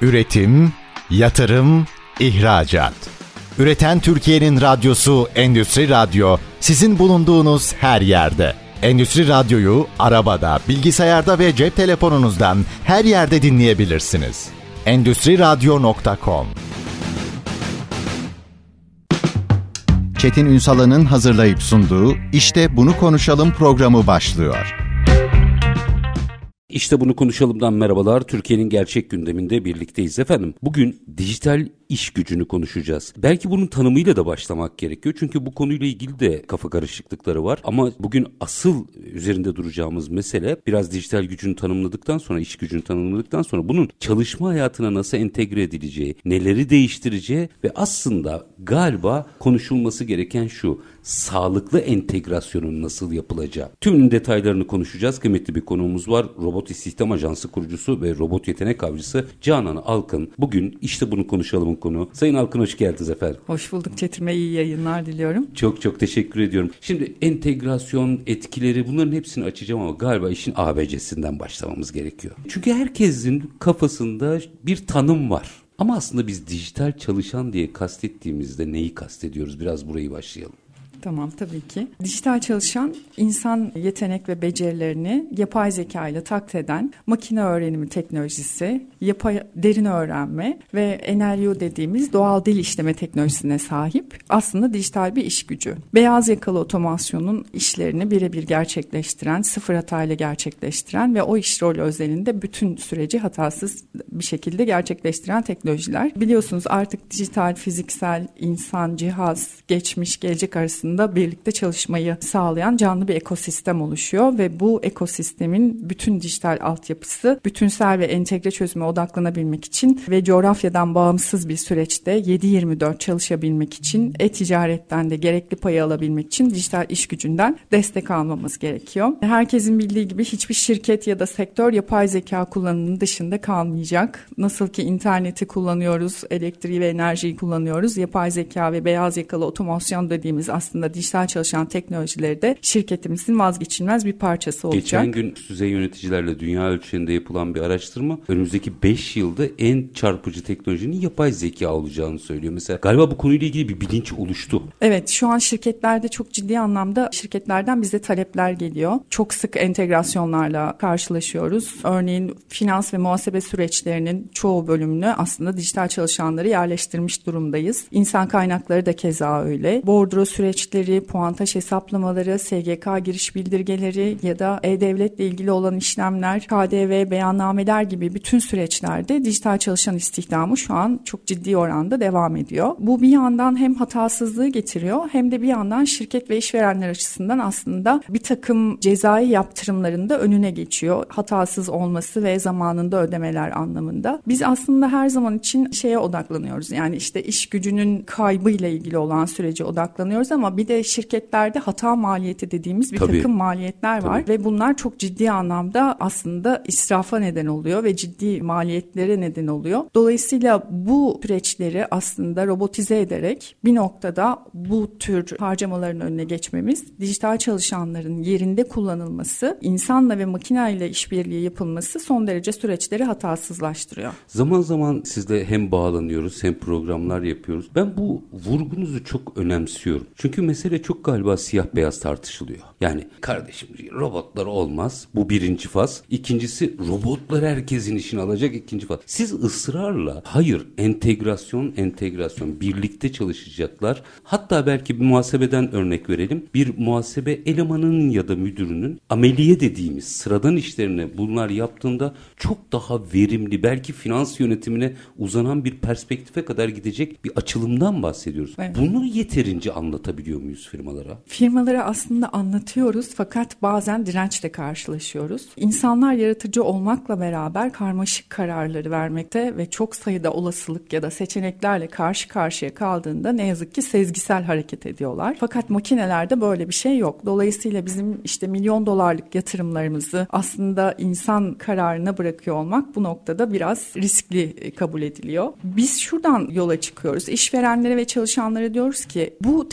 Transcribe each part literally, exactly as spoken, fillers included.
Üretim, yatırım, ihracat. Üreten Türkiye'nin radyosu Endüstri Radyo, sizin bulunduğunuz her yerde. Endüstri Radyo'yu arabada, bilgisayarda ve cep telefonunuzdan her yerde dinleyebilirsiniz. endüstri radyo nokta com. Çetin Ünsal'ın hazırlayıp sunduğu İşte Bunu Konuşalım programı başlıyor. İşte Bunu Konuşalım'dan merhabalar. Türkiye'nin gerçek gündeminde birlikteyiz efendim. Bugün dijital iş gücünü konuşacağız. Belki bunun tanımıyla da başlamak gerekiyor. Çünkü bu konuyla ilgili de kafa karışıklıkları var. Ama bugün asıl üzerinde duracağımız mesele, biraz dijital gücünü tanımladıktan sonra, iş gücünü tanımladıktan sonra bunun çalışma hayatına nasıl entegre edileceği, neleri değiştireceği ve aslında galiba konuşulması gereken şu: sağlıklı entegrasyonun nasıl yapılacağı. Tümünün detaylarını konuşacağız. Kıymetli bir konuğumuz var. Robot İstihdam Ajansı kurucusu ve robot yetenek avcısı Canan Alkın. Bugün işte bunu konuşalımın konu. Sayın Alkın, hoş geldiniz efendim. Hoş bulduk Çetin Bey, iyi yayınlar diliyorum. Çok çok teşekkür ediyorum. Şimdi entegrasyon, etkileri, bunların hepsini açacağım ama galiba işin A B C'sinden başlamamız gerekiyor. Çünkü herkesin kafasında bir tanım var. Ama aslında biz dijital çalışan diye kastettiğimizde neyi kastediyoruz? Biraz burayı başlayalım. Tamam, tabii ki. Dijital çalışan, insan yetenek ve becerilerini yapay zeka ile taklit eden makine öğrenimi teknolojisi, yapay derin öğrenme ve N L U dediğimiz doğal dil işleme teknolojisine sahip aslında dijital bir iş gücü. Beyaz yakalı otomasyonun işlerini birebir gerçekleştiren, sıfır hatayla gerçekleştiren ve o iş rolü özelinde bütün süreci hatasız bir şekilde gerçekleştiren teknolojiler. Biliyorsunuz artık dijital, fiziksel, insan, cihaz, geçmiş, gelecek arasında birlikte çalışmayı sağlayan canlı bir ekosistem oluşuyor ve bu ekosistemin bütün dijital altyapısı bütünsel ve entegre çözüme odaklanabilmek için ve coğrafyadan bağımsız bir süreçte yedi yirmi dört çalışabilmek için, e-ticaretten de gerekli payı alabilmek için dijital iş gücünden destek almamız gerekiyor. Herkesin bildiği gibi hiçbir şirket ya da sektör yapay zeka kullanımının dışında kalmayacak. Nasıl ki interneti kullanıyoruz, elektriği ve enerjiyi kullanıyoruz, yapay zeka ve beyaz yakalı otomasyon dediğimiz aslında dijital çalışan teknolojileri de şirketimizin vazgeçilmez bir parçası olacak. Geçen gün üst düzey yöneticilerle dünya ölçeğinde yapılan bir araştırma önümüzdeki beş yılda en çarpıcı teknolojinin yapay zeka olacağını söylüyor. Mesela galiba bu konuyla ilgili bir bilinç oluştu. Evet, şu an şirketlerde çok ciddi anlamda şirketlerden bize talepler geliyor. Çok sık entegrasyonlarla karşılaşıyoruz. Örneğin finans ve muhasebe süreçlerinin çoğu bölümünü aslında dijital çalışanları yerleştirmiş durumdayız. İnsan kaynakları da keza öyle. Bordro süreçleri, puantaj hesaplamaları, S G K giriş bildirgeleri ya da e-devletle ilgili olan işlemler, K D V, beyannameler gibi bütün süreçlerde dijital çalışan istihdamı şu an çok ciddi oranda devam ediyor. Bu bir yandan hem hatasızlığı getiriyor hem de bir yandan şirket ve işverenler açısından aslında bir takım cezai yaptırımların da önüne geçiyor. Hatasız olması ve zamanında ödemeler anlamında. Biz aslında her zaman için şeye odaklanıyoruz. Yani işte iş gücünün kaybıyla ilgili olan sürece odaklanıyoruz ama bir de şirketlerde hata maliyeti dediğimiz bir Tabii. takım maliyetler var. Tabii. Ve bunlar çok ciddi anlamda aslında israfa neden oluyor ve ciddi maliyetlere neden oluyor. Dolayısıyla bu süreçleri aslında robotize ederek bir noktada bu tür harcamaların önüne geçmemiz, dijital çalışanların yerinde kullanılması, insanla ve makineyle işbirliği yapılması son derece süreçleri hatasızlaştırıyor. Zaman zaman sizle hem bağlanıyoruz hem programlar yapıyoruz. Ben bu vurgunuzu çok önemsiyorum. Çünkü mesele çok galiba siyah beyaz tartışılıyor. Yani kardeşim robotlar olmaz. Bu birinci faz. İkincisi, robotlar herkesin işini alacak, ikinci faz. Siz ısrarla hayır, entegrasyon, entegrasyon, birlikte çalışacaklar. Hatta belki bir muhasebeden örnek verelim. Bir muhasebe elemanının ya da müdürünün ameliye dediğimiz sıradan işlerini bunlar yaptığında çok daha verimli, belki finans yönetimine uzanan bir perspektife kadar gidecek bir açılımdan bahsediyoruz. Evet. Bunu yeterince anlatabiliyor muyuz firmalara? Firmalara aslında anlatıyoruz fakat bazen dirençle karşılaşıyoruz. İnsanlar yaratıcı olmakla beraber karmaşık kararları vermekte ve çok sayıda olasılık ya da seçeneklerle karşı karşıya kaldığında ne yazık ki sezgisel hareket ediyorlar. Fakat makinelerde böyle bir şey yok. Dolayısıyla bizim işte milyon dolarlık yatırımlarımızı aslında insan kararına bırakıyor olmak bu noktada biraz riskli kabul ediliyor. Biz şuradan yola çıkıyoruz. İşverenlere ve çalışanlara diyoruz ki bu teknolojiler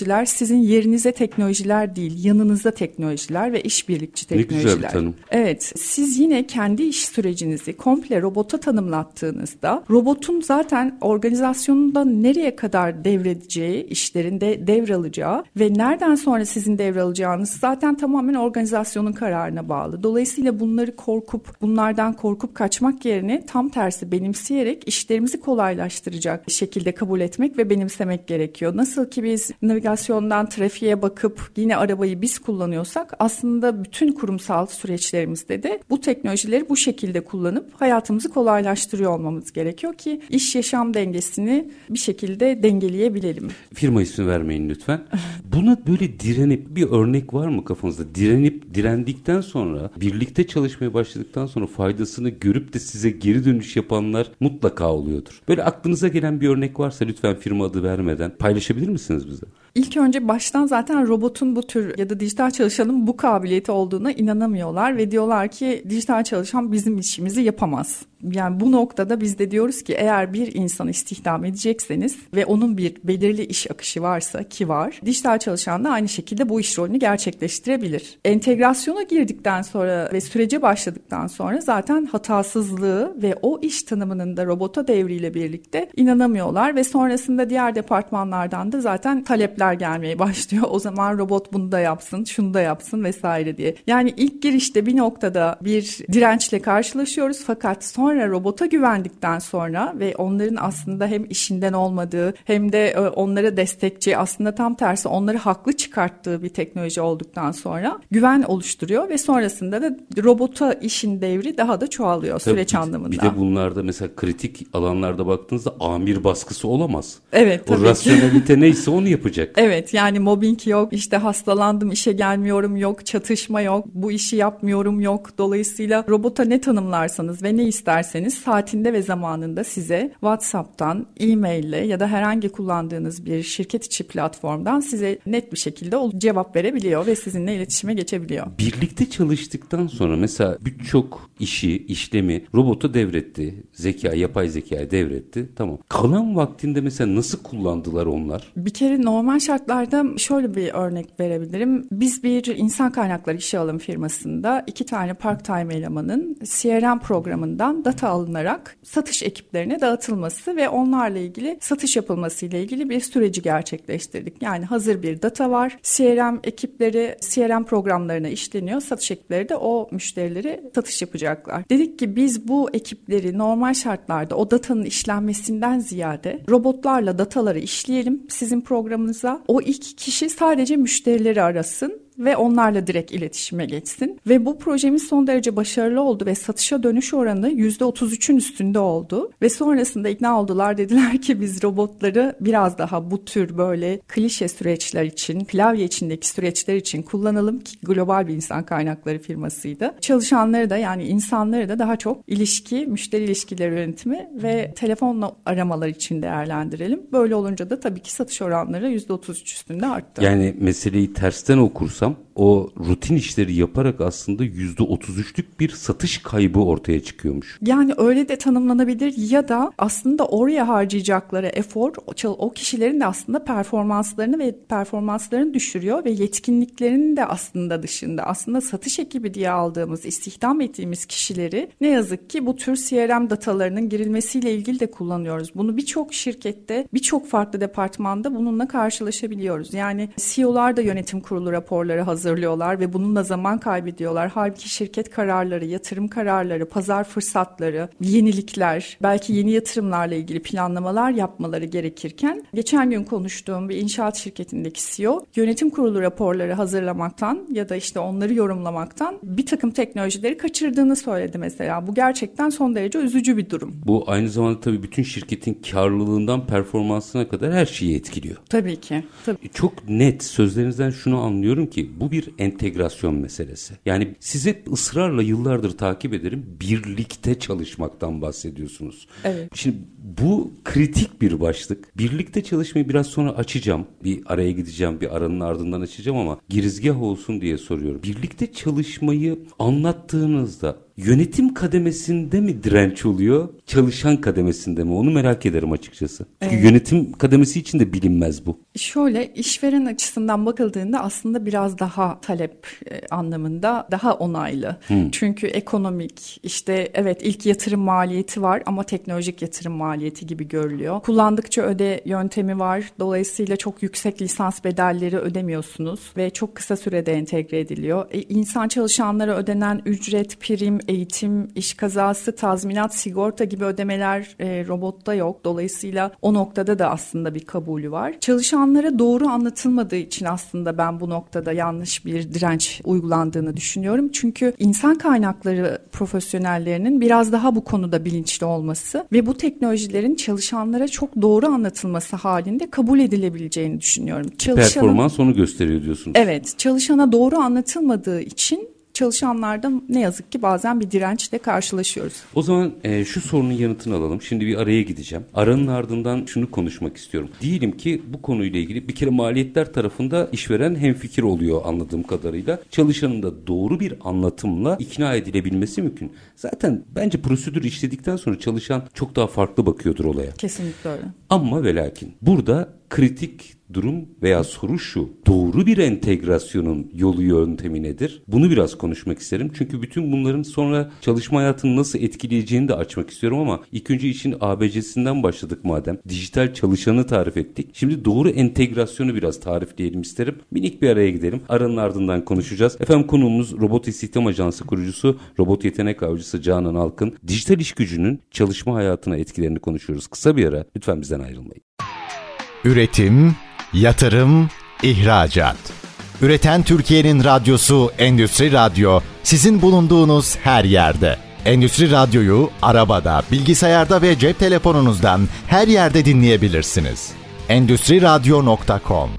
teknolojiler sizin yerinize teknolojiler değil, yanınızda teknolojiler ve işbirlikçi teknolojiler. Ne güzel bir tanım. Evet, siz yine kendi iş sürecinizi komple robota tanımlattığınızda robotun zaten organizasyonunda nereye kadar devredeceği, işlerinde devralacağı ve nereden sonra sizin devralacağınız zaten tamamen organizasyonun kararına bağlı. Dolayısıyla bunları korkup, bunlardan korkup kaçmak yerine tam tersi benimseyerek işlerimizi kolaylaştıracak şekilde kabul etmek ve benimsemek gerekiyor. Nasıl ki biz navigasyondan trafiğe bakıp yine arabayı biz kullanıyorsak aslında bütün kurumsal süreçlerimizde de bu teknolojileri bu şekilde kullanıp hayatımızı kolaylaştırıyor olmamız gerekiyor ki iş yaşam dengesini bir şekilde dengeleyebilelim. Firma ismi vermeyin lütfen. Buna böyle direnip bir örnek var mı kafanızda? Direnip direndikten sonra birlikte çalışmaya başladıktan sonra faydasını görüp de size geri dönüş yapanlar mutlaka oluyordur. Böyle aklınıza gelen bir örnek varsa lütfen firma adı vermeden paylaşabilir misiniz bize? İlk önce baştan zaten robotun bu tür ya da dijital çalışanın bu kabiliyeti olduğuna inanamıyorlar ve diyorlar ki dijital çalışan bizim işimizi yapamaz. Yani bu noktada biz de diyoruz ki eğer bir insanı istihdam edecekseniz ve onun bir belirli iş akışı varsa ki var, dijital çalışan da aynı şekilde bu iş rolünü gerçekleştirebilir. Entegrasyona girdikten sonra ve sürece başladıktan sonra zaten hatasızlığı ve o iş tanımının da robota devriyle birlikte inanamıyorlar ve sonrasında diğer departmanlardan da zaten talepler gelmeye başlıyor. O zaman robot bunu da yapsın, şunu da yapsın vesaire diye. Yani ilk girişte bir noktada bir dirençle karşılaşıyoruz fakat sonra Sonra robota güvendikten sonra ve onların aslında hem işinden olmadığı hem de onlara destekçi aslında tam tersi onları haklı çıkarttığı bir teknoloji olduktan sonra güven oluşturuyor ve sonrasında da robota işin devri daha da çoğalıyor Tabii süreç bir, anlamında. Bir de bunlarda mesela kritik alanlarda baktığınızda amir baskısı olamaz. Evet tabii O rasyonelite neyse onu yapacak. Evet yani mobbing yok, işte hastalandım işe gelmiyorum yok, çatışma yok, bu işi yapmıyorum yok. Dolayısıyla robota ne tanımlarsanız ve ne isterseniz saatinde ve zamanında size WhatsApp'tan, e-maille ya da herhangi kullandığınız bir şirket içi platformdan size net bir şekilde cevap verebiliyor ve sizinle iletişime geçebiliyor. Birlikte çalıştıktan sonra mesela birçok işi, işlemi robota devretti. Zeka, yapay zekaya devretti. Tamam. Kalan vaktinde mesela nasıl kullandılar onlar? Bir kere normal şartlarda şöyle bir örnek verebilirim. Biz bir insan kaynakları işe alım firmasında iki tane part-time elemanın C R M programından data alınarak satış ekiplerine dağıtılması ve onlarla ilgili satış yapılması ile ilgili bir süreci gerçekleştirdik. Yani hazır bir data var. C R M ekipleri C R M programlarına işleniyor. Satış ekipleri de o müşterileri satış yapacaklar. Dedik ki biz bu ekipleri normal şartlarda o datanın işlenmesinden ziyade robotlarla dataları işleyelim sizin programınıza. O iki kişi sadece müşterileri arasın ve onlarla direkt iletişime geçsin. Ve bu projemiz son derece başarılı oldu ve satışa dönüş oranı yüzde otuz üçün üstünde oldu. Ve sonrasında ikna oldular, dediler ki biz robotları biraz daha bu tür böyle klişe süreçler için, klavye içindeki süreçler için kullanalım ki global bir insan kaynakları firmasıydı. Çalışanları da yani insanları da daha çok ilişki, müşteri ilişkileri yönetimi ve telefonla aramalar için değerlendirelim. Böyle olunca da tabii ki satış oranları yüzde otuz üç üstünde arttı. Yani meseleyi tersten okursam o rutin işleri yaparak aslında yüzde otuz üçlük bir satış kaybı ortaya çıkıyormuş. Yani öyle de tanımlanabilir ya da aslında oraya harcayacakları efor o kişilerin de aslında performanslarını ve performanslarını düşürüyor ve yetkinliklerinin de aslında dışında. Aslında satış ekibi diye aldığımız, istihdam ettiğimiz kişileri ne yazık ki bu tür C R M datalarının girilmesiyle ilgili de kullanıyoruz. Bunu birçok şirkette, birçok farklı departmanda bununla karşılaşabiliyoruz. Yani C E O'lar da yönetim kurulu raporları hazırlıyorlar ve bununla zaman kaybediyorlar. Halbuki şirket kararları, yatırım kararları, pazar fırsatları, yenilikler, belki yeni yatırımlarla ilgili planlamalar yapmaları gerekirken geçen gün konuştuğum bir inşaat şirketindeki C E O yönetim kurulu raporları hazırlamaktan ya da işte onları yorumlamaktan bir takım teknolojileri kaçırdığını söyledi mesela. Bu gerçekten son derece üzücü bir durum. Bu aynı zamanda tabii bütün şirketin karlılığından performansına kadar her şeyi etkiliyor. Tabii ki. Tabii. Çok net sözlerinizden şunu anlıyorum ki bu bir entegrasyon meselesi. Yani size ısrarla yıllardır takip ederim, birlikte çalışmaktan bahsediyorsunuz. Evet. Şimdi bu kritik bir başlık. Birlikte çalışmayı biraz sonra açacağım. Bir araya gideceğim, bir aranın ardından açacağım ama girizgah olsun diye soruyorum. Birlikte çalışmayı anlattığınızda yönetim kademesinde mi direnç oluyor, çalışan kademesinde mi? Onu merak ederim açıkçası. Çünkü evet. Yönetim kademesi için de bilinmez bu. Şöyle, işveren açısından bakıldığında aslında biraz daha talep e, anlamında daha onaylı. Hmm. Çünkü ekonomik, işte evet ilk yatırım maliyeti var ama teknolojik yatırım maliyeti gibi görülüyor. Kullandıkça öde yöntemi var. Dolayısıyla çok yüksek lisans bedelleri ödemiyorsunuz ve çok kısa sürede entegre ediliyor. E, insan çalışanlara ödenen ücret, prim, eğitim, iş kazası, tazminat, sigorta gibi ödemeler e, robotta yok. Dolayısıyla o noktada da aslında bir kabulü var. Çalışanlara doğru anlatılmadığı için aslında ben bu noktada yanlış bir direnç uygulandığını düşünüyorum. Çünkü insan kaynakları profesyonellerinin biraz daha bu konuda bilinçli olması ve bu teknolojilerin çalışanlara çok doğru anlatılması halinde kabul edilebileceğini düşünüyorum. Çalışanın, performans onu gösteriyor diyorsunuz. Evet, çalışana doğru anlatılmadığı için çalışanlarda ne yazık ki bazen bir dirençle karşılaşıyoruz. O zaman e, şu sorunun yanıtını alalım. Şimdi bir araya gideceğim. Aranın ardından şunu konuşmak istiyorum. Diyelim ki bu konuyla ilgili bir kere maliyetler tarafında işveren hemfikir oluyor anladığım kadarıyla. Çalışanın da doğru bir anlatımla ikna edilebilmesi mümkün. Zaten bence prosedür işledikten sonra çalışan çok daha farklı bakıyordur olaya. Kesinlikle öyle. Ama ve lakin burada kritik durum veya soru şu: doğru bir entegrasyonun yolu yöntemi nedir? Bunu biraz konuşmak isterim. Çünkü bütün bunların sonra çalışma hayatını nasıl etkileyeceğini de açmak istiyorum ama ilk önce işin A B C'sinden başladık madem. Dijital çalışanı tarif ettik. Şimdi doğru entegrasyonu biraz tarifleyelim isterim. Minik bir araya gidelim. Aranın ardından konuşacağız. Efendim konuğumuz Robot İstihdam Ajansı kurucusu, robot yetenek avcısı Canan Alkın. Dijital iş gücünün çalışma hayatına etkilerini konuşuyoruz. Kısa bir ara. Lütfen bizden ayrılmayın. Üretim, yatırım, ihracat. Üreten Türkiye'nin radyosu Endüstri Radyo, sizin bulunduğunuz her yerde. Endüstri Radyo'yu arabada, bilgisayarda ve cep telefonunuzdan her yerde dinleyebilirsiniz. endüstri radyo nokta com.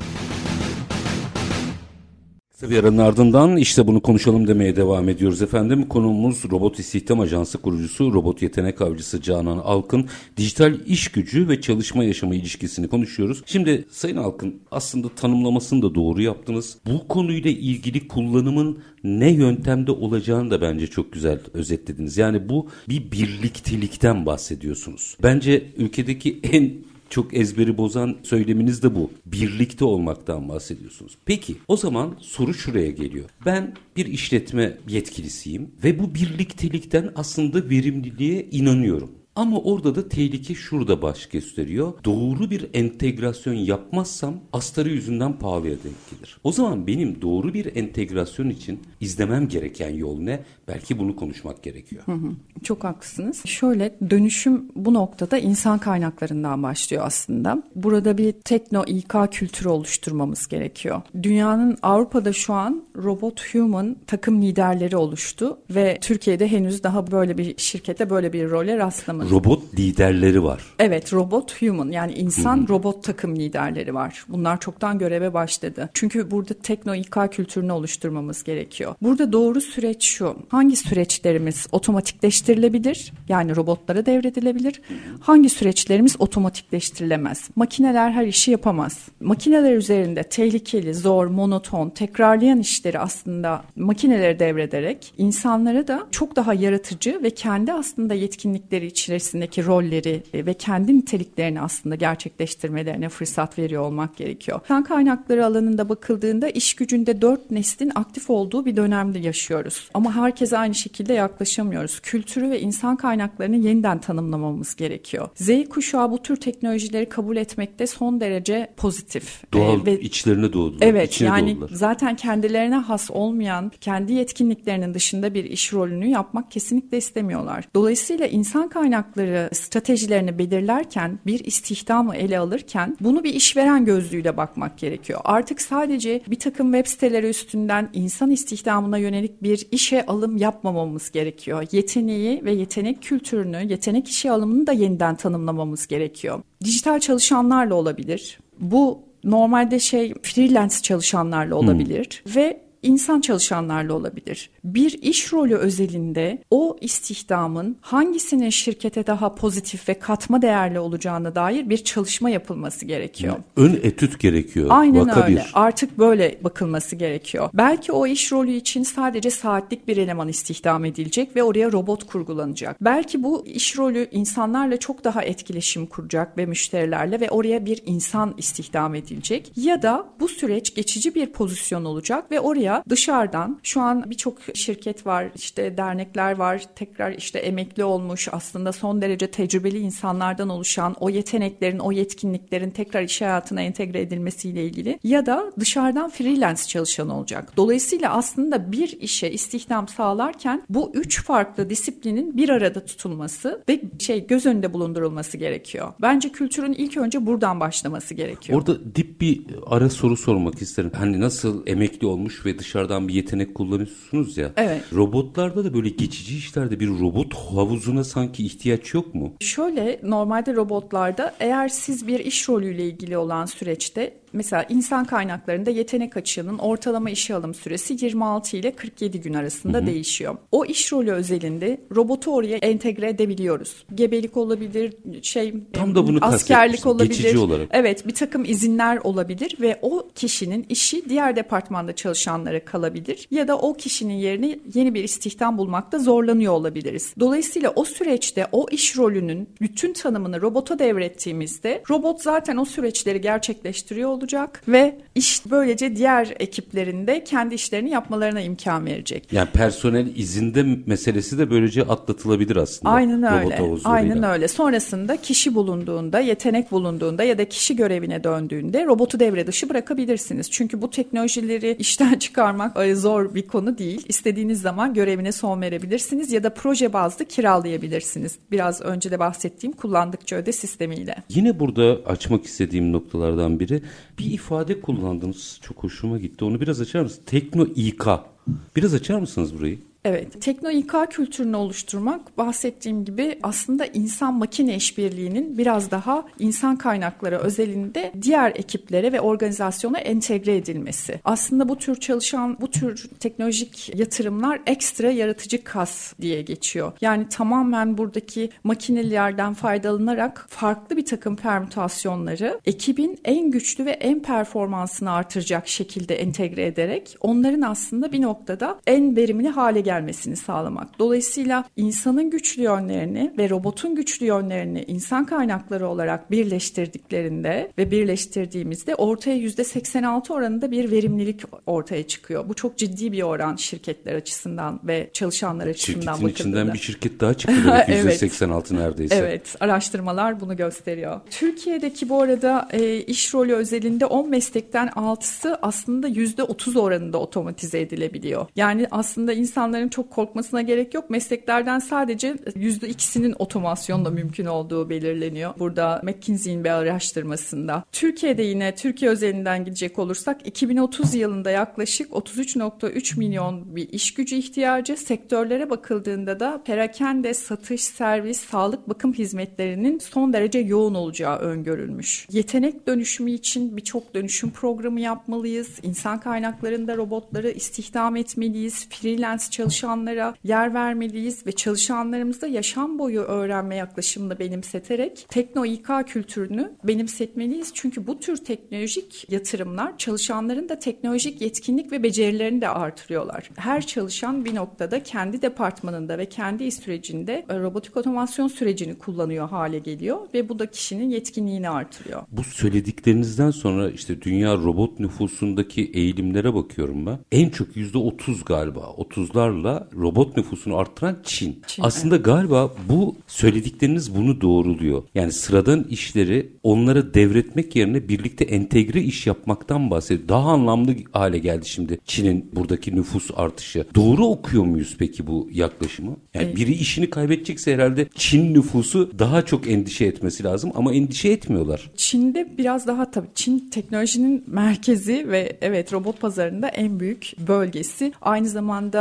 Bir aranın ardından işte bunu konuşalım demeye devam ediyoruz efendim. Konuğumuz Robot İstihdam Ajansı kurucusu, robot yetenek avcısı Canan Alkın. Dijital iş gücü ve çalışma yaşamı ilişkisini konuşuyoruz. Şimdi Sayın Alkın, aslında tanımlamasını da doğru yaptınız. Bu konuyla ilgili kullanımın ne yöntemde olacağını da bence çok güzel özetlediniz. Yani bu bir birliktelikten bahsediyorsunuz. Bence ülkedeki en çok ezberi bozan söyleminiz de bu. Birlikte olmaktan bahsediyorsunuz. Peki o zaman soru şuraya geliyor. Ben bir işletme yetkilisiyim ve bu birliktelikten aslında verimliliğe inanıyorum. Ama orada da tehlike şurada baş gösteriyor. Doğru bir entegrasyon yapmazsam astarı yüzünden pahalıya denk gelir. O zaman benim doğru bir entegrasyon için izlemem gereken yol ne? Belki bunu konuşmak gerekiyor. Hı hı, çok haklısınız. Şöyle, dönüşüm bu noktada insan kaynaklarından başlıyor aslında. Burada bir tekno İK kültürü oluşturmamız gerekiyor. Dünyanın, Avrupa'da şu an robot human takım liderleri oluştu ve Türkiye'de henüz daha böyle bir şirkete böyle bir role rastlamadı. Robot liderleri var. Evet, robot human, yani insan Hı-hı. robot takım liderleri var. Bunlar çoktan göreve başladı. Çünkü burada tekno İK kültürünü oluşturmamız gerekiyor. Burada doğru süreç şu: hangi süreçlerimiz otomatikleştirilebilir? Yani robotlara devredilebilir. Hangi süreçlerimiz otomatikleştirilemez? Makineler her işi yapamaz. Makineler üzerinde tehlikeli, zor, monoton, tekrarlayan işleri aslında makinelere devrederek insanlara da çok daha yaratıcı ve kendi aslında yetkinlikleri içerisindeki rolleri ve kendi niteliklerini aslında gerçekleştirmelerine fırsat veriyor olmak gerekiyor. İnsan kaynakları alanında bakıldığında iş gücünde dört neslin aktif olduğu bir dönemde yaşıyoruz. Ama herkese aynı şekilde yaklaşamıyoruz. Kültürü ve insan kaynaklarını yeniden tanımlamamız gerekiyor. Z kuşağı bu tür teknolojileri kabul etmekte son derece pozitif. Doğal, ee, ve içlerine doğdular. Evet, yani doğdular. Zaten kendilerine has olmayan, kendi yetkinliklerinin dışında bir iş rolünü yapmak kesinlikle istemiyorlar. Dolayısıyla insan kaynakları stratejilerini belirlerken, bir istihdamı ele alırken bunu bir işveren gözlüğüyle bakmak gerekiyor. Artık sadece bir takım web siteleri üstünden insan istihdamına yönelik bir işe alım yapmamamız gerekiyor. Yeteneği ve yetenek kültürünü, yetenek işe alımını da yeniden tanımlamamız gerekiyor. Dijital çalışanlarla olabilir. Bu normalde şey freelance çalışanlarla olabilir hmm. ve insan çalışanlarla olabilir. bir iş rolü özelinde o istihdamın hangisinin şirkete daha pozitif ve katma değerli olacağına dair bir çalışma yapılması gerekiyor. Ön etüt gerekiyor. Aynen Vaka öyle. bir. Artık böyle bakılması gerekiyor. Belki o iş rolü için sadece saatlik bir eleman istihdam edilecek ve oraya robot kurgulanacak. Belki bu iş rolü insanlarla çok daha etkileşim kuracak ve müşterilerle ve oraya bir insan istihdam edilecek. Ya da bu süreç geçici bir pozisyon olacak ve oraya dışarıdan şu an birçok şirket var, işte dernekler var, tekrar işte emekli olmuş aslında son derece tecrübeli insanlardan oluşan o yeteneklerin, o yetkinliklerin tekrar iş hayatına entegre edilmesiyle ilgili ya da dışarıdan freelance çalışan olacak. Dolayısıyla aslında bir işe istihdam sağlarken bu üç farklı disiplinin bir arada tutulması ve şey göz önünde bulundurulması gerekiyor. Bence kültürün ilk önce buradan başlaması gerekiyor. Orada dip bir ara soru sormak isterim. Hani nasıl emekli olmuş ve dışarıdan bir yetenek kullanıyorsunuz ya. Evet. Robotlarda da böyle geçici işlerde bir robot havuzuna sanki ihtiyaç yok mu? Şöyle, normalde robotlarda eğer siz bir iş rolüyle ilgili olan süreçte mesela insan kaynaklarında yetenek açığının ortalama işe alım süresi yirmi altı ile kırk yedi gün arasında hı hı. değişiyor. O iş rolü özelinde robotu oraya entegre edebiliyoruz. Gebelik olabilir, şey tam da bunu askerlik olabilir. Geçici olarak. Evet, bir takım izinler olabilir ve o kişinin işi diğer departmanda çalışanlara kalabilir ya da o kişinin yerine yeni bir istihdam bulmakta zorlanıyor olabiliriz. Dolayısıyla o süreçte o iş rolünün bütün tanımını robota devrettiğimizde robot zaten o süreçleri gerçekleştiriyor olacak ve iş böylece diğer ekiplerinde kendi işlerini yapmalarına imkan verecek. Yani personel izinde meselesi de böylece atlatılabilir aslında. Aynen öyle. Aynen öyle. Sonrasında kişi bulunduğunda, yetenek bulunduğunda ya da kişi görevine döndüğünde robotu devre dışı bırakabilirsiniz. Çünkü bu teknolojileri işten çıkarmak zor bir konu değil. İstediğiniz zaman görevine son verebilirsiniz ya da proje bazlı kiralayabilirsiniz. Biraz önce de bahsettiğim kullandıkça öde sistemiyle. Yine burada açmak istediğim noktalardan biri, bir ifade kullandınız. Çok hoşuma gitti. Onu biraz açar mısınız? Tekno İK. Biraz açar mısınız burayı? Evet, Tekno İK kültürünü oluşturmak bahsettiğim gibi aslında insan makine işbirliğinin biraz daha insan kaynakları özelinde diğer ekiplere ve organizasyona entegre edilmesi. Aslında bu tür çalışan, bu tür teknolojik yatırımlar ekstra yaratıcı kas diye geçiyor. Yani tamamen buradaki makinelerden faydalanarak farklı bir takım permütasyonları ekibin en güçlü ve en performansını artıracak şekilde entegre ederek onların aslında bir noktada en verimli hale gelmesi gelmesini sağlamak. Dolayısıyla insanın güçlü yönlerini ve robotun güçlü yönlerini insan kaynakları olarak birleştirdiklerinde ve birleştirdiğimizde ortaya yüzde seksen altı oranında bir verimlilik ortaya çıkıyor. Bu çok ciddi bir oran şirketler açısından ve çalışanlar açısından bakıldığında. Şirketin içinden bir şirket daha çıktı demek evet. yüzde seksen altı neredeyse. Evet, araştırmalar bunu gösteriyor. Türkiye'deki bu arada e, iş rolü özelinde on meslekten altısı aslında yüzde otuz oranında otomatize edilebiliyor. Yani aslında insanların çok korkmasına gerek yok. Mesleklerden sadece yüzde ikisinin otomasyonla mümkün olduğu belirleniyor. Burada McKinsey'in bir araştırmasında. Türkiye'de yine Türkiye özelinden gidecek olursak iki bin otuz yılında yaklaşık otuz üç nokta üç milyon bir iş gücü ihtiyacı. Sektörlere bakıldığında da perakende, satış, servis, sağlık, bakım hizmetlerinin son derece yoğun olacağı öngörülmüş. Yetenek dönüşümü için birçok dönüşüm programı yapmalıyız. İnsan kaynaklarında robotları istihdam etmeliyiz. Freelance çalışanlara yer vermeliyiz ve çalışanlarımızda yaşam boyu öğrenme yaklaşımını benimseterek Tekno İK kültürünü benimsetmeliyiz. Çünkü bu tür teknolojik yatırımlar çalışanların da teknolojik yetkinlik ve becerilerini de artırıyorlar. Her çalışan bir noktada kendi departmanında ve kendi iş sürecinde robotik otomasyon sürecini kullanıyor hale geliyor ve bu da kişinin yetkinliğini artırıyor. Bu söylediklerinizden sonra işte dünya robot nüfusundaki eğilimlere bakıyorum ben. En çok yüzde otuz galiba otuzlarla robot nüfusunu arttıran Çin. Çin Aslında evet. Galiba bu söyledikleriniz bunu doğruluyor. Yani sıradan işleri onlara devretmek yerine birlikte entegre iş yapmaktan bahsediyor. Daha anlamlı hale geldi şimdi Çin'in buradaki nüfus artışı. Doğru okuyor muyuz peki bu yaklaşımı? Yani evet. Biri işini kaybedecekse herhalde Çin nüfusu daha çok endişe etmesi lazım ama endişe etmiyorlar. Çin'de biraz daha tabii Çin teknolojinin merkezi ve evet robot pazarında en büyük bölgesi. Aynı zamanda yeni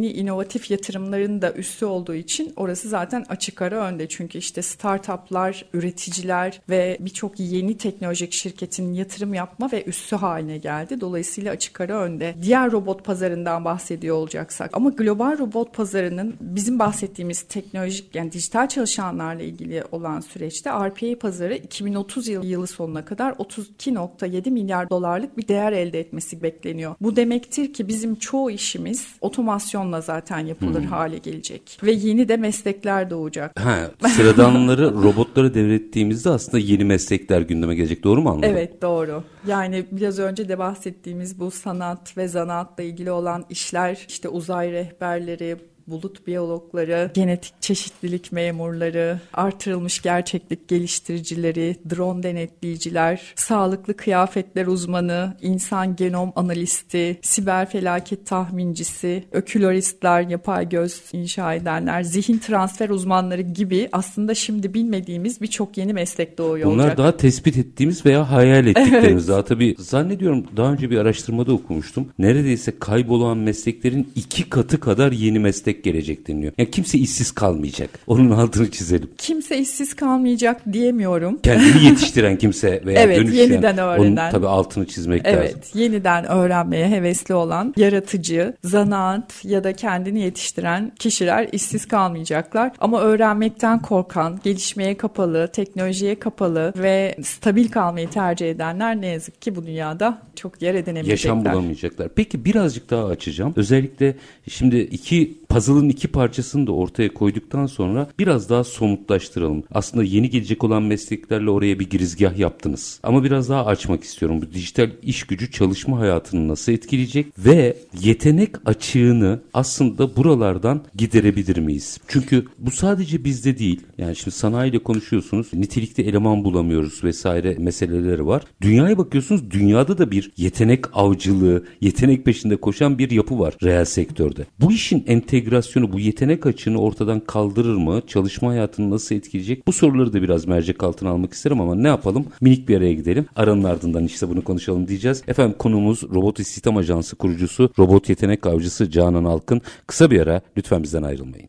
yeni inovatif yatırımların da üssü olduğu için orası zaten açık ara önde. Çünkü işte startuplar, üreticiler ve birçok yeni teknolojik şirketin yatırım yapma ve üssü haline geldi. Dolayısıyla açık ara önde. Diğer robot pazarından bahsediyor olacaksak ama global robot pazarının bizim bahsettiğimiz teknolojik yani dijital çalışanlarla ilgili olan süreçte R P A pazarı iki bin otuz yılı sonuna kadar otuz iki virgül yedi milyar dolarlık bir değer elde etmesi bekleniyor. Bu demektir ki bizim çoğu işimiz otomasyonla zaten yapılır hmm. hale gelecek ve yeni de meslekler doğacak. Ha, sıradanları robotlara devrettiğimizde aslında yeni meslekler gündeme gelecek. Doğru mu anladım? Evet, doğru. Yani biraz önce de bahsettiğimiz bu sanat ve zanaatla ilgili olan işler, işte uzay rehberleri, bulut biyologları, genetik çeşitlilik memurları, artırılmış gerçeklik geliştiricileri, drone denetleyiciler, sağlıklı kıyafetler uzmanı, insan genom analisti, siber felaket tahmincisi, oküloristler, yapay göz inşa edenler, zihin transfer uzmanları gibi aslında şimdi bilmediğimiz birçok yeni meslek doğuyor Bunlar olacak. Bunlar daha tespit ettiğimiz veya hayal ettiklerimiz. Evet. Daha tabii zannediyorum daha önce bir araştırmada okumuştum. Neredeyse kaybolan mesleklerin iki katı kadar yeni meslek gelecek deniliyor. Yani kimse işsiz kalmayacak. Onun altını çizelim. Kimse işsiz kalmayacak diyemiyorum. Kendini yetiştiren kimse veya evet, dönüşen. Yeniden öğrenen. Onun tabii altını çizmek evet, lazım. Evet, yeniden öğrenmeye hevesli olan, yaratıcı, zanaat ya da kendini yetiştiren kişiler işsiz kalmayacaklar. Ama öğrenmekten korkan, gelişmeye kapalı, teknolojiye kapalı ve stabil kalmayı tercih edenler ne yazık ki bu dünyada çok yer edinemeyecekler. Yaşam bulamayacaklar. Peki birazcık daha açacağım. Özellikle şimdi iki puzzle'ın iki parçasını da ortaya koyduktan sonra biraz daha somutlaştıralım. Aslında yeni gelecek olan mesleklerle oraya bir girizgah yaptınız. Ama biraz daha açmak istiyorum. Bu dijital iş gücü çalışma hayatını nasıl etkileyecek ve yetenek açığını aslında buralardan giderebilir miyiz? Çünkü bu sadece bizde değil. Yani şimdi sanayiyle konuşuyorsunuz. Nitelikli eleman bulamıyoruz vesaire meseleleri var. Dünyaya bakıyorsunuz. Dünyada da bir yetenek avcılığı, yetenek peşinde koşan bir yapı var reel sektörde. Bu işin entegrasyonu, bu yetenek açığını ortadan kaldırır mı? Çalışma hayatını nasıl etkileyecek? Bu soruları da biraz mercek altına almak isterim ama ne yapalım? Minik bir araya gidelim. Aranın ardından işte bunu konuşalım diyeceğiz. Efendim konuğumuz Robot İstihdam Ajansı kurucusu, robot yetenek avcısı Canan Alkın. Kısa bir ara, lütfen bizden ayrılmayın.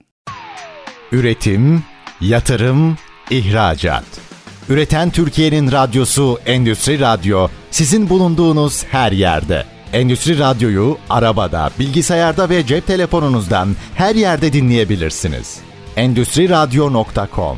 Üretim, yatırım, ihracat. Üreten Türkiye'nin radyosu Endüstri Radyo, sizin bulunduğunuz her yerde. Endüstri Radyo'yu arabada, bilgisayarda ve cep telefonunuzdan her yerde dinleyebilirsiniz. endüstri radyo nokta com.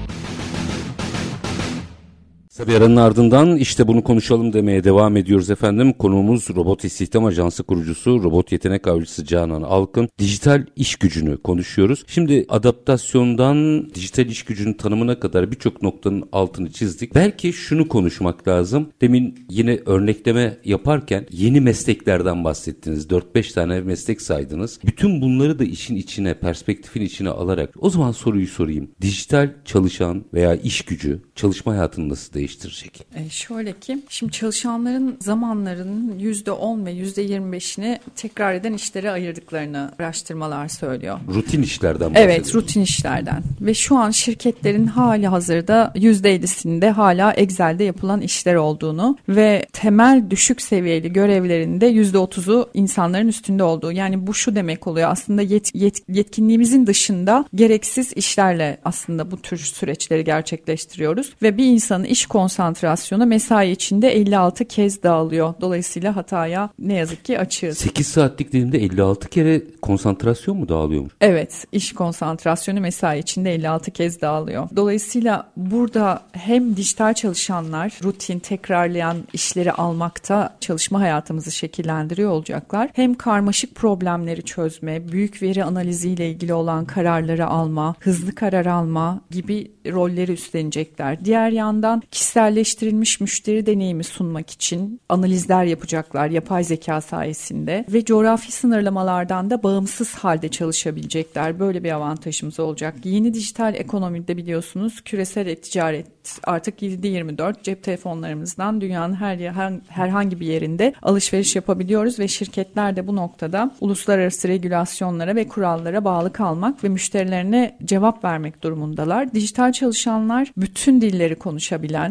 Kısa bir aranın ardından işte bunu konuşalım demeye devam ediyoruz efendim. Konuğumuz Robot İstihdam Ajansı kurucusu, robot yetenek avcısı Canan Alkın. Dijital iş gücünü konuşuyoruz. Şimdi adaptasyondan dijital iş gücünün tanımına kadar birçok noktanın altını çizdik. Belki şunu konuşmak lazım. Demin yine örnekleme yaparken yeni mesleklerden bahsettiniz. dört beş tane meslek saydınız. Bütün bunları da işin içine, perspektifin içine alarak o zaman soruyu sorayım. Dijital çalışan veya iş gücü çalışma hayatını nasıl değiştirecek? değiştirecek? E şöyle ki, şimdi çalışanların zamanlarının yüzde on ve yüzde yirmi beşini tekrar eden işlere ayırdıklarını araştırmalar söylüyor. Rutin işlerden bahsediyoruz. Evet, rutin işlerden. Ve şu an şirketlerin hali hazırda yüzde ellisinde hala Excel'de yapılan işler olduğunu ve temel düşük seviyeli görevlerinde yüzde otuzu insanların üstünde olduğu. Yani bu şu demek oluyor, aslında yet, yet, yetkinliğimizin dışında gereksiz işlerle aslında bu tür süreçleri gerçekleştiriyoruz ve bir insanın iş konsantrasyonu mesai içinde elli altı kez dağılıyor. Dolayısıyla hataya ne yazık ki açığız. sekiz saatlik dilimde elli altı kere konsantrasyon mu dağılıyormuş? Evet, iş konsantrasyonu mesai içinde elli altı kez dağılıyor. Dolayısıyla burada hem dijital çalışanlar rutin tekrarlayan işleri almakta çalışma hayatımızı şekillendiriyor olacaklar. Hem karmaşık problemleri çözme, büyük veri analiziyle ilgili olan kararları alma, hızlı karar alma gibi rolleri üstlenecekler. Diğer yandan kişiselleştirilmiş müşteri deneyimi sunmak için analizler yapacaklar yapay zeka sayesinde ve coğrafi sınırlamalardan da bağımsız halde çalışabilecekler. Böyle bir avantajımız olacak. Yeni dijital ekonomide biliyorsunuz küresel ticaret artık yedi yirmi dört cep telefonlarımızdan dünyanın her herhangi bir yerinde alışveriş yapabiliyoruz ve şirketler de bu noktada uluslararası regülasyonlara ve kurallara bağlı kalmak ve müşterilerine cevap vermek durumundalar. Dijital çalışanlar bütün dilleri konuşabilen,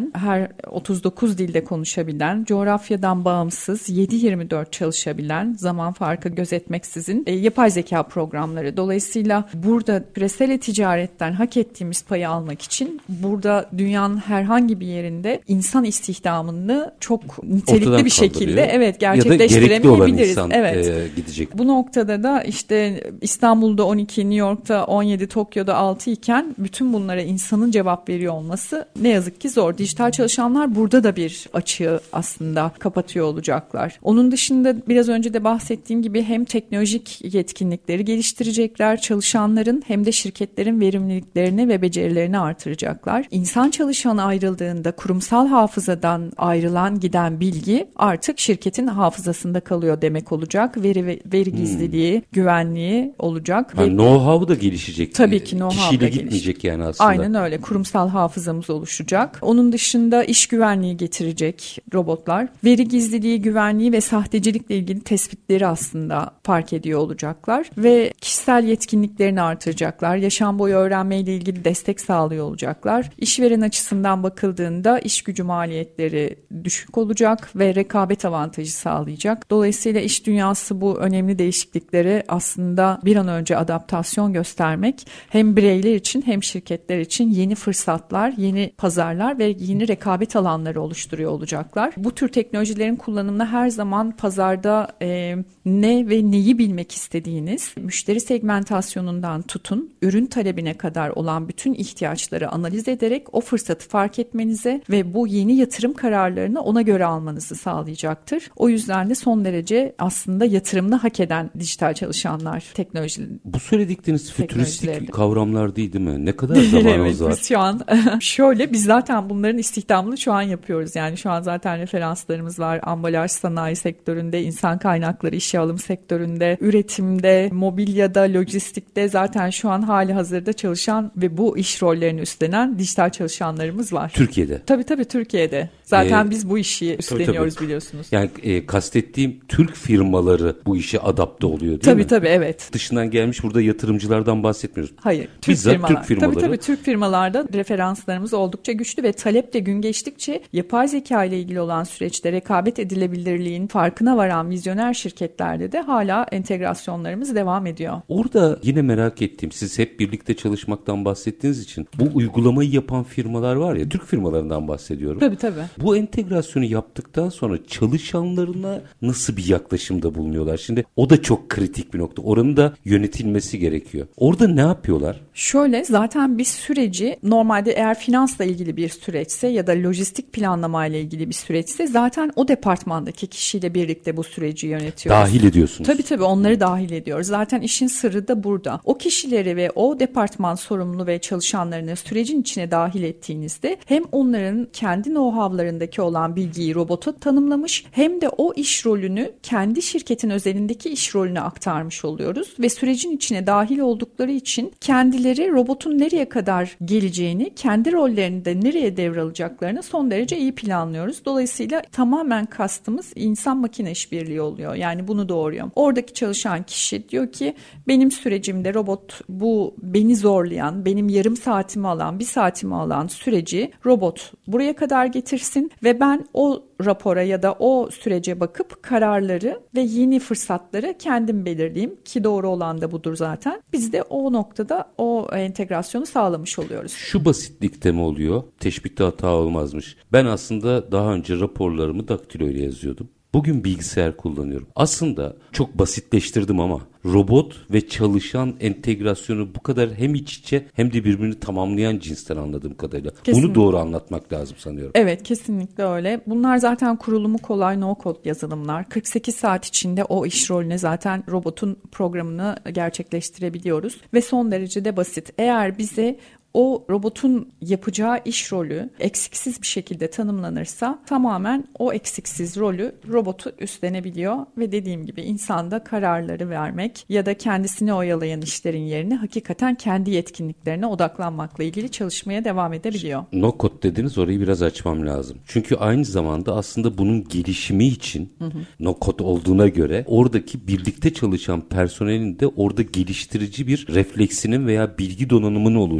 konuşabilen, her otuz dokuz dilde konuşabilen, coğrafyadan bağımsız, yedi yirmi dört çalışabilen, zaman farkı gözetmeksizin e, yapay zeka programları. Dolayısıyla burada küresel ticaretten hak ettiğimiz payı almak için burada dünyanın herhangi bir yerinde insan istihdamını çok nitelikli ortadan bir şekilde kaldırıyor. evet gerçekleştiremeyebiliriz. Ya da gerekli olan insan evet. e, gidecek. Bu noktada da işte İstanbul'da on iki, New York'ta on yedi, Tokyo'da altı iken bütün bunlara insanın cevap veriyor olması ne yazık ki zor. Dijital çalışanlar burada da bir açığı aslında kapatıyor olacaklar. Onun dışında biraz önce de bahsettiğim gibi hem teknolojik yetkinlikleri geliştirecekler çalışanların hem de şirketlerin verimliliklerini ve becerilerini artıracaklar. İnsan çalışanı ayrıldığında kurumsal hafızadan ayrılan giden bilgi artık şirketin hafızasında kalıyor demek olacak. Veri veri gizliliği, hmm. güvenliği olacak. Yani know-how da gelişecek. Tabii ki know-how Kişiyle da gitmeyecek gelişecek. Yani aslında. Aynen öyle. Kurumsal hafızamız oluşacak. Onun dışında iş güvenliği getirecek robotlar. Veri gizliliği, güvenliği ve sahtecilikle ilgili tespitleri aslında fark ediyor olacaklar ve kişisel yetkinliklerini artıracaklar. Yaşam boyu öğrenmeyle ilgili destek sağlıyor olacaklar. İşveren açısından bakıldığında iş gücü maliyetleri düşük olacak ve rekabet avantajı sağlayacak. Dolayısıyla iş dünyası bu önemli değişiklikleri aslında bir an önce adaptasyon göstermek hem bireyler için hem şirketler için yeni fırsatlar, yeni pazarlar ve yeni rekabet alanları oluşturuyor olacaklar. Bu tür teknolojilerin kullanımına her zaman pazarda e, ne ve neyi bilmek istediğiniz, müşteri segmentasyonundan tutun, ürün talebine kadar olan bütün ihtiyaçları analiz ederek o fırsatı fark etmenize ve bu yeni yatırım kararlarını ona göre almanızı sağlayacaktır. O yüzden de son derece aslında yatırımını hak eden dijital çalışanlar teknoloji. Bu söyledikleriniz fütüristik kavramlar değil değil mi? Ne kadar zamanımız var? Evet, biz şu an şöyle biz zaten bunların istihdamını şu an yapıyoruz. Yani şu an zaten referanslarımız var. Ambalaj sanayi sektöründe, insan kaynakları işe alım sektöründe, üretimde, mobilyada, lojistikte zaten şu an hali hazırda çalışan ve bu iş rollerini üstlenen dijital çalışanlarımız var. Türkiye'de? Tabii tabii Türkiye'de. Zaten ee, biz bu işi üstleniyoruz tabii, tabii. biliyorsunuz. Yani e, kastettiğim Türk firmaları bu işe adapte oluyor değil tabii, mi? Tabii tabii evet. Dışından gelmiş burada yatırımcılardan bahsetmiyoruz. Hayır. Türk Bizzat firmalar. Türk firmaları. Tabii tabii Türk firmalarda referanslarımız oldukça güçlü ve talep de gün geçtikçe yapay zeka ile ilgili olan süreçte rekabet edilebilirliğin farkına varan vizyoner şirketlerde de hala entegrasyonlarımız devam ediyor. Orada yine merak ettiğim, siz hep birlikte çalışmaktan bahsettiğiniz için bu uygulamayı yapan firmalar var ya, Türk firmalarından bahsediyorum. Tabii tabii. Bu entegrasyonu yaptıktan sonra çalışanlarına nasıl bir yaklaşımda bulunuyorlar? Şimdi o da çok kritik bir nokta. Oranın da yönetilmesi gerekiyor. Orada ne yapıyorlar? Şöyle zaten bir süreci normalde eğer finansla ilgili bir süreçse ya da lojistik planlama ile ilgili bir süreçse zaten o departmandaki kişiyle birlikte bu süreci yönetiyoruz. Dahil ediyorsunuz. Tabii tabii onları dahil ediyoruz. Zaten işin sırrı da burada. O kişileri ve o departman sorumlu ve çalışanlarını sürecin içine dahil ettiğinizde hem onların kendi know-how'larındaki olan bilgiyi robota tanımlamış hem de o iş rolünü kendi şirketin özelindeki iş rolüne aktarmış oluyoruz ve sürecin içine dahil oldukları için kendileri robotun nereye kadar geleceğini, kendi rollerini de nereye devralacaklarını son derece iyi planlıyoruz. Dolayısıyla tamamen kastımız insan makine işbirliği oluyor. Yani bunu doğuruyor. Oradaki çalışan kişi diyor ki benim sürecimde robot bu beni zorlayan, benim yarım saatimi alan, bir saatimi alan süreci robot buraya kadar getirsin ve ben o rapora ya da o sürece bakıp kararları ve yeni fırsatları kendim belirleyeyim ki doğru olan da budur zaten. Biz de o noktada o entegrasyonu sağlamış oluyoruz. Şu basitlikte mi oluyor? Teşbihte hata olmazmış. Ben aslında daha önce raporlarımı daktilo ile yazıyordum. Bugün bilgisayar kullanıyorum. Aslında çok basitleştirdim ama robot ve çalışan entegrasyonu bu kadar hem iç içe hem de birbirini tamamlayan cinsten anladığım kadarıyla. Kesinlikle. Bunu doğru anlatmak lazım sanıyorum. Evet, kesinlikle öyle. Bunlar zaten kurulumu kolay no-code yazılımlar. kırk sekiz saat içinde o iş rolüne zaten robotun programını gerçekleştirebiliyoruz ve son derece de basit. Eğer bize o robotun yapacağı iş rolü eksiksiz bir şekilde tanımlanırsa tamamen o eksiksiz rolü robotu üstlenebiliyor ve dediğim gibi insanda kararları vermek ya da kendisini oyalayan işlerin yerine hakikaten kendi yetkinliklerine odaklanmakla ilgili çalışmaya devam edebiliyor. No code dediniz, orayı biraz açmam lazım. Çünkü aynı zamanda aslında bunun gelişimi için hı hı. no code olduğuna göre oradaki birlikte çalışan personelin de orada geliştirici bir refleksinin veya bilgi donanımının oluşması gerekiyor.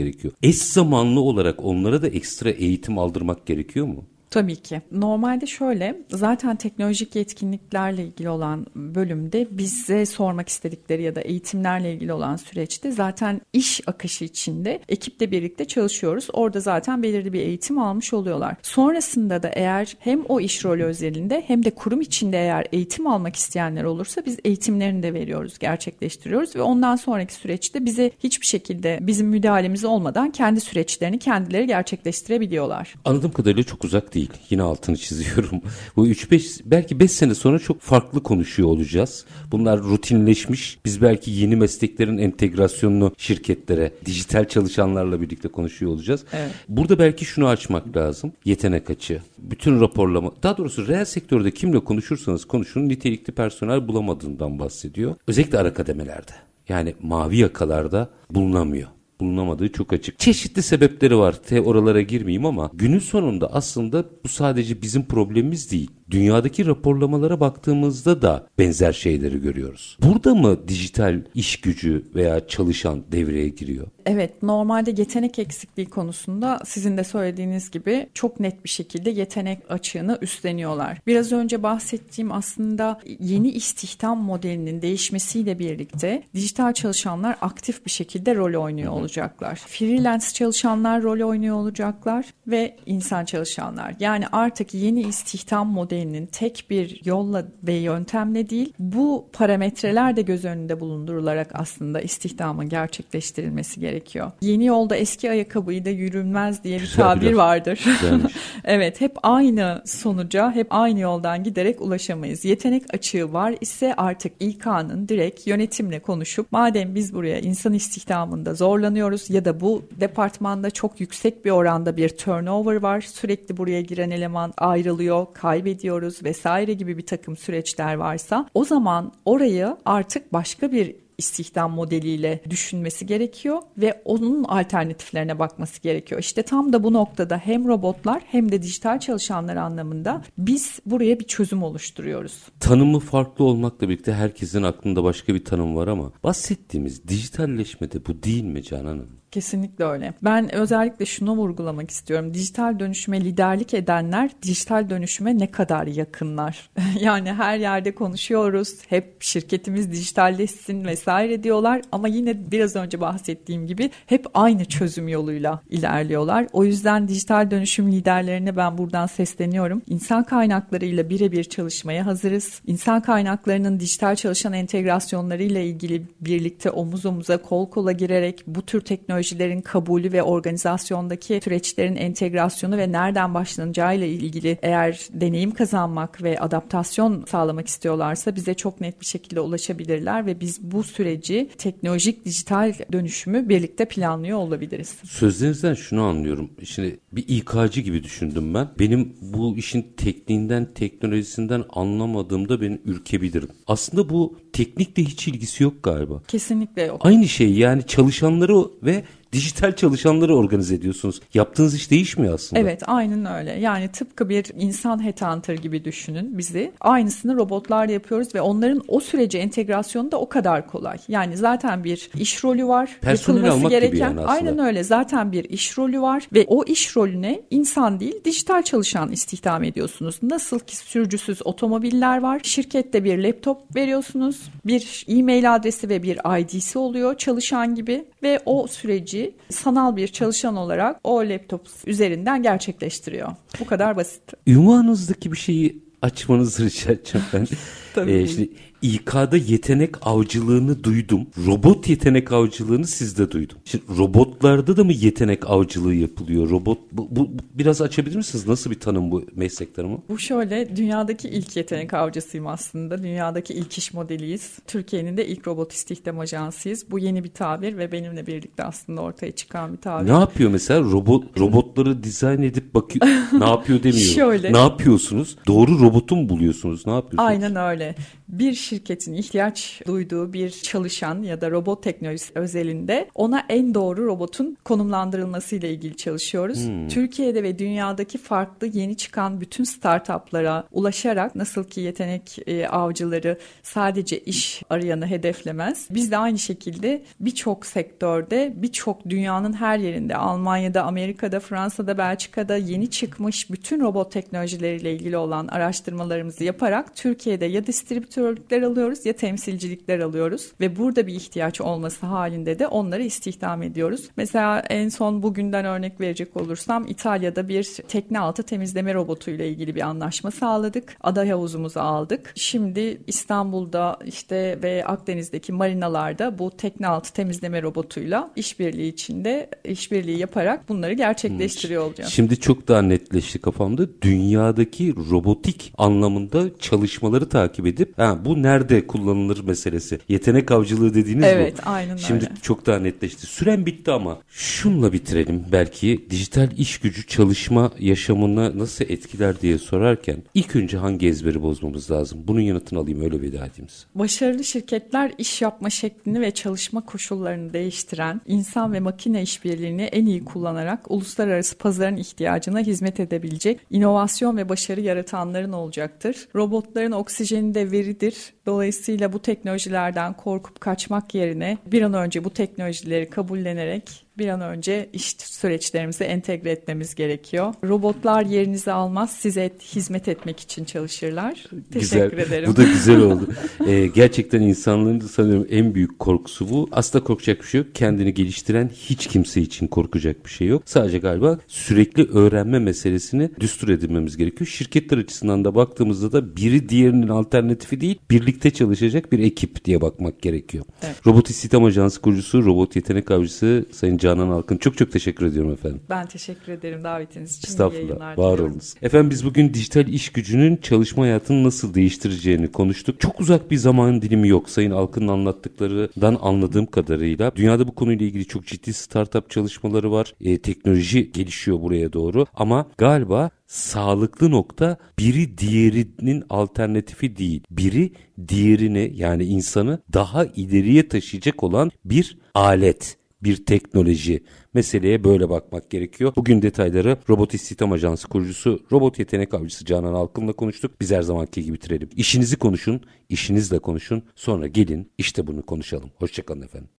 gerekiyor. Eş zamanlı olarak onlara da ekstra eğitim aldırmak gerekiyor mu? Tabii ki. Normalde şöyle, zaten teknolojik yetkinliklerle ilgili olan bölümde bize sormak istedikleri ya da eğitimlerle ilgili olan süreçte zaten iş akışı içinde ekiple birlikte çalışıyoruz. Orada zaten belirli bir eğitim almış oluyorlar. Sonrasında da eğer hem o iş rolü özelinde hem de kurum içinde eğer eğitim almak isteyenler olursa biz eğitimlerini de veriyoruz, gerçekleştiriyoruz ve ondan sonraki süreçte bize hiçbir şekilde bizim müdahalemiz olmadan kendi süreçlerini kendileri gerçekleştirebiliyorlar. Anladığım kadarıyla çok uzak değil. Yine altını çiziyorum. Bu üç beş belki beş sene sonra çok farklı konuşuyor olacağız. Bunlar rutinleşmiş. Biz belki yeni mesleklerin entegrasyonunu şirketlere, dijital çalışanlarla birlikte konuşuyor olacağız. Evet. Burada belki şunu açmak lazım. Yetenek açığı. Bütün raporlama, daha doğrusu reel sektörde kimle konuşursanız konuşun nitelikli personel bulamadığından bahsediyor. Özellikle ara kademelerde. Yani mavi yakalarda bulunamıyor. Bulunamadığı çok açık. Çeşitli sebepleri var. Te oralara girmeyeyim ama günün sonunda aslında bu sadece bizim problemimiz değil. Dünyadaki raporlamalara baktığımızda da benzer şeyleri görüyoruz. Burada mı dijital iş gücü veya çalışan devreye giriyor? Evet, normalde yetenek eksikliği konusunda sizin de söylediğiniz gibi çok net bir şekilde yetenek açığını üstleniyorlar. Biraz önce bahsettiğim aslında yeni istihdam modelinin değişmesiyle birlikte dijital çalışanlar aktif bir şekilde rol oynuyor olacaklar. Freelance çalışanlar rol oynuyor olacaklar ve insan çalışanlar. Yani artık yeni istihdam modelinin tek bir yolla ve yöntemle değil, bu parametreler de göz önünde bulundurularak aslında istihdamın gerçekleştirilmesi gerekiyor. Yeni yolda eski ayakkabıyla yürünmez diye bir Güzel tabir bir vardır. Evet, hep aynı sonuca, hep aynı yoldan giderek ulaşamayız. Yetenek açığı var ise artık İK'nın direkt yönetimle konuşup madem biz buraya insan istihdamında zorlanıyoruz ya da bu departmanda çok yüksek bir oranda bir turnover var, sürekli buraya giren eleman ayrılıyor, kaybediyoruz vesaire gibi bir takım süreçler varsa o zaman orayı artık başka bir istihdam modeliyle düşünmesi gerekiyor ve onun alternatiflerine bakması gerekiyor. İşte tam da bu noktada hem robotlar hem de dijital çalışanlar anlamında biz buraya bir çözüm oluşturuyoruz. Tanımı farklı olmakla birlikte herkesin aklında başka bir tanım var ama bahsettiğimiz dijitalleşmede bu değil mi Canan Hanım? Kesinlikle öyle. Ben özellikle şunu vurgulamak istiyorum. Dijital dönüşüme liderlik edenler dijital dönüşüme ne kadar yakınlar? Yani her yerde konuşuyoruz. Hep şirketimiz dijitalleşsin vesaire diyorlar ama yine biraz önce bahsettiğim gibi hep aynı çözüm yoluyla ilerliyorlar. O yüzden dijital dönüşüm liderlerine ben buradan sesleniyorum. İnsan kaynaklarıyla birebir çalışmaya hazırız. İnsan kaynaklarının dijital çalışan entegrasyonlarıyla ilgili birlikte omuz omuza kol kola girerek bu tür teknoloji teknolojilerin kabulü ve organizasyondaki süreçlerin entegrasyonu ve nereden başlanacağıyla ilgili eğer deneyim kazanmak ve adaptasyon sağlamak istiyorlarsa bize çok net bir şekilde ulaşabilirler ve biz bu süreci teknolojik dijital dönüşümü birlikte planlıyor olabiliriz. Sözlerinizden şunu anlıyorum. Şimdi bir İK'cı gibi düşündüm ben. Benim bu işin tekniğinden, teknolojisinden anlamadığımda ben ürkebilirim. Aslında bu teknikle hiç ilgisi yok galiba. Kesinlikle yok. Aynı şey yani çalışanları ve dijital çalışanları organize ediyorsunuz. Yaptığınız iş değişmiyor aslında. Evet, aynen öyle. Yani tıpkı bir insan headhunter gibi düşünün bizi. Aynısını robotlarla yapıyoruz ve onların o sürece entegrasyonu da o kadar kolay. Yani zaten bir iş rolü var. Personel almak gereken, gibi yani aslında. Aynen öyle. Zaten bir iş rolü var ve o iş rolüne insan değil dijital çalışan istihdam ediyorsunuz. Nasıl ki sürücüsüz otomobiller var. Şirkette bir laptop veriyorsunuz. Bir e-mail adresi ve bir I D'si oluyor çalışan gibi ve o süreci sanal bir çalışan olarak o laptop üzerinden gerçekleştiriyor. Bu kadar basit. Ünvanınızdaki bir şeyi açmanızı rica edeceğim ben. Tabii. Ee, şimdi İK'da yetenek avcılığını duydum. Robot yetenek avcılığını sizde duydum. Şimdi robotlarda da mı yetenek avcılığı yapılıyor? Robot bu, bu biraz açabilir misiniz? Nasıl bir tanım bu meslek tanımı? Bu şöyle, dünyadaki ilk yetenek avcısıyım aslında. Dünyadaki ilk iş modeliyiz. Türkiye'nin de ilk robot istihdam ajansıyız. Bu yeni bir tabir ve benimle birlikte aslında ortaya çıkan bir tabir. Ne yapıyor mesela? Robot robotları dizayn edip bakıyor. Ne yapıyor demiyor. Şöyle. Ne yapıyorsunuz? Doğru robotu mu buluyorsunuz? Ne yapıyorsunuz? Aynen öyle. Bir şirketin ihtiyaç duyduğu bir çalışan ya da robot teknolojisi özelinde ona en doğru robotun konumlandırılması ile ilgili çalışıyoruz. Hmm. Türkiye'de ve dünyadaki farklı yeni çıkan bütün startuplara ulaşarak, nasıl ki yetenek e, avcıları sadece iş arayanı hedeflemez, biz de aynı şekilde birçok sektörde, birçok dünyanın her yerinde, Almanya'da, Amerika'da, Fransa'da, Belçika'da yeni çıkmış bütün robot teknolojileriyle ilgili olan araştırmalarımızı yaparak Türkiye'de ya distribütörlükler alıyoruz ya temsilcilikler alıyoruz ve burada bir ihtiyaç olması halinde de onları istihdam ediyoruz. Mesela en son bugünden örnek verecek olursam, İtalya'da bir tekne altı temizleme robotuyla ilgili bir anlaşma sağladık. Aday havuzumuzu aldık. Şimdi İstanbul'da işte ve Akdeniz'deki marinalarda bu tekne altı temizleme robotuyla işbirliği içinde işbirliği yaparak bunları gerçekleştiriyor olacağız. Şimdi çok daha netleşti kafamda. Dünyadaki robotik anlamında çalışmaları takip edip ha, bu nerede kullanılır meselesi. Yetenek avcılığı dediğiniz evet, bu. Evet, aynen Şimdi öyle. çok daha netleşti. Süren bitti ama şunla bitirelim. Belki dijital iş gücü çalışma yaşamına nasıl etkiler diye sorarken ilk önce hangi ezberi bozmamız lazım? Bunun yanıtını alayım, öyle veda edeyim size. Başarılı şirketler iş yapma şeklini ve çalışma koşullarını değiştiren, insan ve makine işbirliğini en iyi kullanarak uluslararası pazarın ihtiyacına hizmet edebilecek inovasyon ve başarı yaratanların olacaktır. Robotların oksijeni de veridir. Dolayısıyla bu teknolojilerden korkup kaçmak yerine bir an önce bu teknolojileri kabullenerek bir an önce iş süreçlerimize entegre etmemiz gerekiyor. Robotlar yerinizi almaz, size et, hizmet etmek için çalışırlar. Güzel. Teşekkür ederim. Bu da güzel oldu. ee, gerçekten insanların da sanıyorum en büyük korkusu bu. Aslında korkacak bir şey yok. Kendini geliştiren hiç kimse için korkacak bir şey yok. Sadece galiba sürekli öğrenme meselesini düstur edinmemiz gerekiyor. Şirketler açısından da baktığımızda da biri diğerinin alternatifi değil, birlikte çalışacak bir ekip diye bakmak gerekiyor. Evet. Robot İstihdam Ajansı kurucusu, robot yetenek avcısı Sayın Canan Alkın, çok çok teşekkür ediyorum efendim. Ben teşekkür ederim davetiniz için. Estağfurullah, var olunuz. Efendim biz bugün dijital iş gücünün çalışma hayatını nasıl değiştireceğini konuştuk. Çok uzak bir zaman dilimi yok. Sayın Alkın'ın anlattıklarından anladığım kadarıyla dünyada bu konuyla ilgili çok ciddi startup çalışmaları var. E, teknoloji gelişiyor buraya doğru ama galiba sağlıklı nokta biri diğerinin alternatifi değil. Biri diğerini, yani insanı daha ileriye taşıyacak olan bir alet, bir teknoloji. Meseleye böyle bakmak gerekiyor. Bugün detayları Robot İstihdam Ajansı kurucusu, robot yetenek avcısı Canan Alkın'la konuştuk. Biz her zamanki gibi bitirelim. İşinizi konuşun, işinizle konuşun. Sonra gelin işte bunu konuşalım. Hoşçakalın efendim.